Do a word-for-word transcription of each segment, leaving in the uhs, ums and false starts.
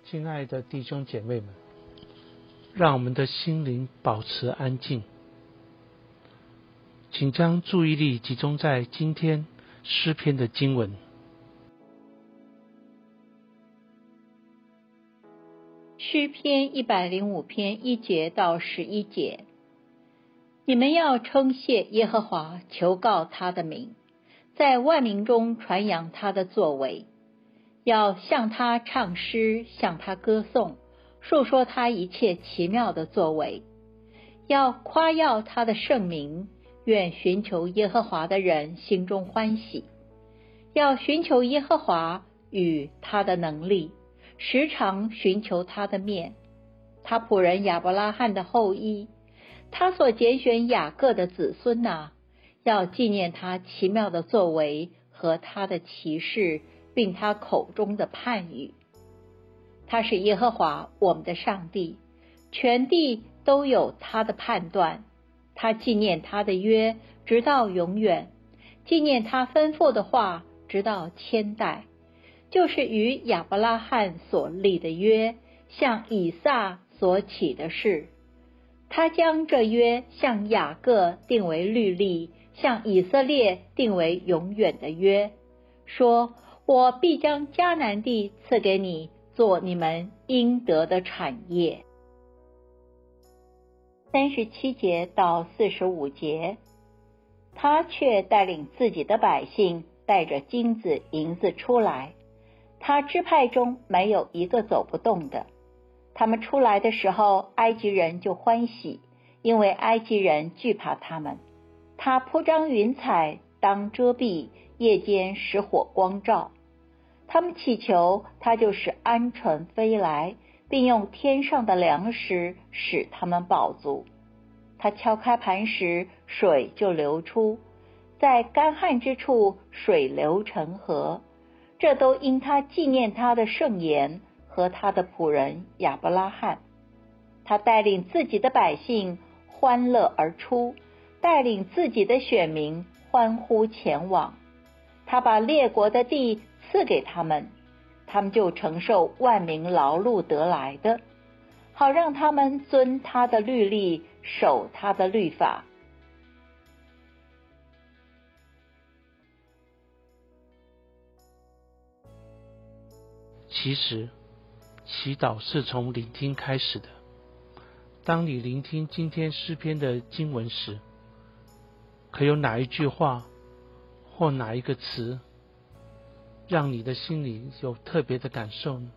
亲爱的弟兄姐妹们，让我们的心灵保持安静，请将注意力集中在今天诗篇的经文。 诗篇一百零五篇一节到十一节，你们要称谢耶和华，求告他的名，在万民中传扬他的作为，要向他唱诗，向他歌颂，述说他一切奇妙的作为，要夸耀他的圣名，愿寻求耶和华的人心中欢喜，要寻求耶和华与他的能力，时常寻求他的面。他仆人亚伯拉罕的后裔，他所拣选雅各的子孙啊，要纪念他奇妙的作为和他的奇事，并他口中的判语。他是耶和华我们的上帝，全地都有他的判断。他纪念他的约，直到永远，纪念他吩咐的话，直到千代，就是与亚伯拉罕所立的约，向以撒所起的事。他将这约向雅各定为律例，向以色列定为永远的约，说：我必将迦南地赐给你，做你们应得的产业。三十七节到四十五节，他却带领自己的百姓，带着金子银子出来，他支派中没有一个走不动的。他们出来的时候，埃及人就欢喜，因为埃及人惧怕他们。他铺张云彩当遮蔽，夜间使火光照。他们祈求，他就使鹌鹑飞来，并用天上的粮食使他们饱足。他敲开磐石，水就流出，在干旱之处水流成河。这都因他纪念他的圣言和他的仆人亚伯拉罕。他带领自己的百姓欢乐而出，带领自己的选民欢呼前往。他把列国的地赐给他们，他们就承受万民劳碌得来的，好让他们遵他的律例，守他的律法。 其实祈祷是从聆听开始的。当你聆听今天诗篇的经文时，可有哪一句话或哪一个词让你的心里有特别的感受呢？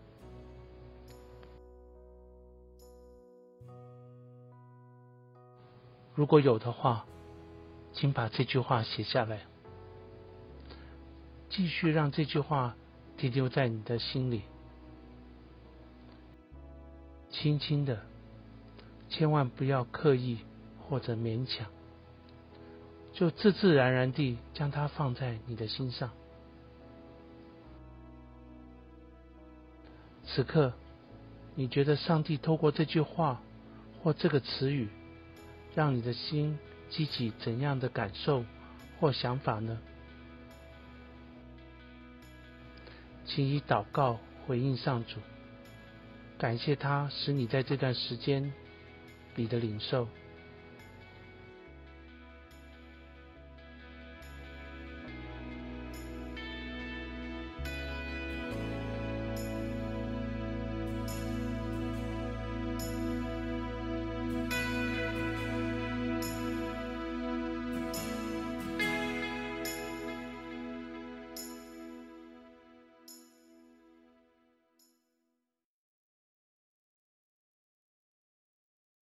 如果有的话，请把这句话写下来，继续让这句话停留在你的心里，轻轻的，千万不要刻意或者勉强，就自自然然地将它放在你的心上。此刻，你觉得上帝透过这句话或这个词语，让你的心激起怎样的感受或想法呢？请以祷告回应上主，感谢他使你在这段时间里的领受。